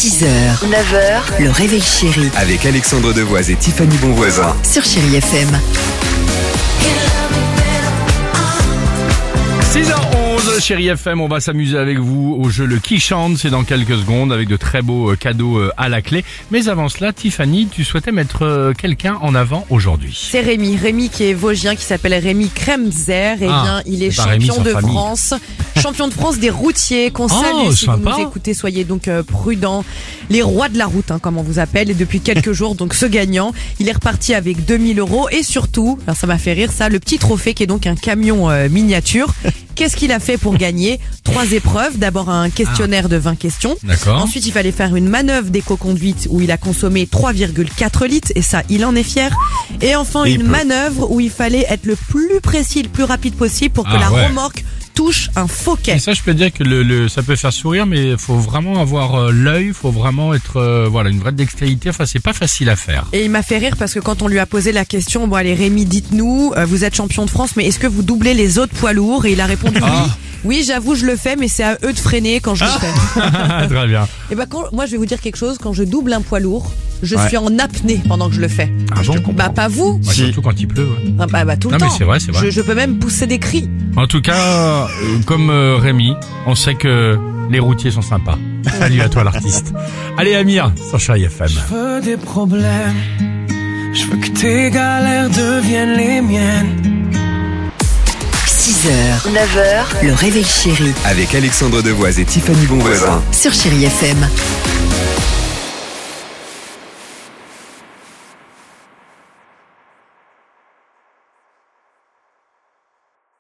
6h, 9h, le réveil chéri Avec Alexandre Devoise et Tiffany Bonvoisin. sur Chéri FM. 6h11, Chéri FM, on va s'amuser avec vous au jeu Le Qui Chante, c'est dans quelques secondes avec de très beaux cadeaux à la clé. Mais avant cela, Tiffany, tu souhaitais mettre quelqu'un en avant aujourd'hui. C'est Rémi qui est vosgien, qui s'appelle Rémi Kremser. Eh bien, il est c'est pas Rémi champion sans de famille. France, champion de France des routiers. Qu'on Oh, salue si sympa. vous nous écoutez, soyez donc prudents. Les rois de la route, comme on vous appelle. Et depuis quelques jours, donc ce gagnant, il est reparti avec 2000 € et surtout, alors ça m'a fait rire ça, le petit trophée qui est donc un camion miniature. Qu'est-ce qu'il a fait pour gagner? 3 épreuves. D'abord un questionnaire de 20 questions. D'accord. Ensuite, il fallait faire une manœuvre d'éco-conduite où il a consommé 3,4 litres et ça, il en est fier. Et enfin, Et il une peut. manœuvre où il fallait être le plus précis, le plus rapide possible pour que Ah la ouais. remorque touche un fauquet. Et ça, je peux dire que ça peut faire sourire, mais il faut vraiment avoir l'œil, faut vraiment être une vraie dextérité. Enfin, c'est pas facile à faire. Et il m'a fait rire parce que quand on lui a posé la question, bon allez Rémi, dites-nous, vous êtes champion de France, mais est-ce que vous doublez les autres poids lourds? Et il a répondu oui. Oui, j'avoue, je le fais, mais c'est à eux de freiner quand je le fais. Très bien. Et moi, je vais vous dire quelque chose. Quand je double un poids lourd, je Ouais. suis en apnée pendant que je le fais. Ah bon? Bah pas vous. Bah, surtout quand il pleut. Ouais. Bah tout le Non, temps. mais c'est vrai, c'est vrai. Je peux même pousser des cris. En tout cas, comme Rémi, on sait que les routiers sont sympas. Salut à toi l'artiste. Allez Amir, sur Chéri FM. Je veux des problèmes, je veux que tes galères deviennent les miennes. 6h, 9h, le réveil chéri Avec Alexandre Devoise et Tiffany Bonvoisin. sur Chéri FM.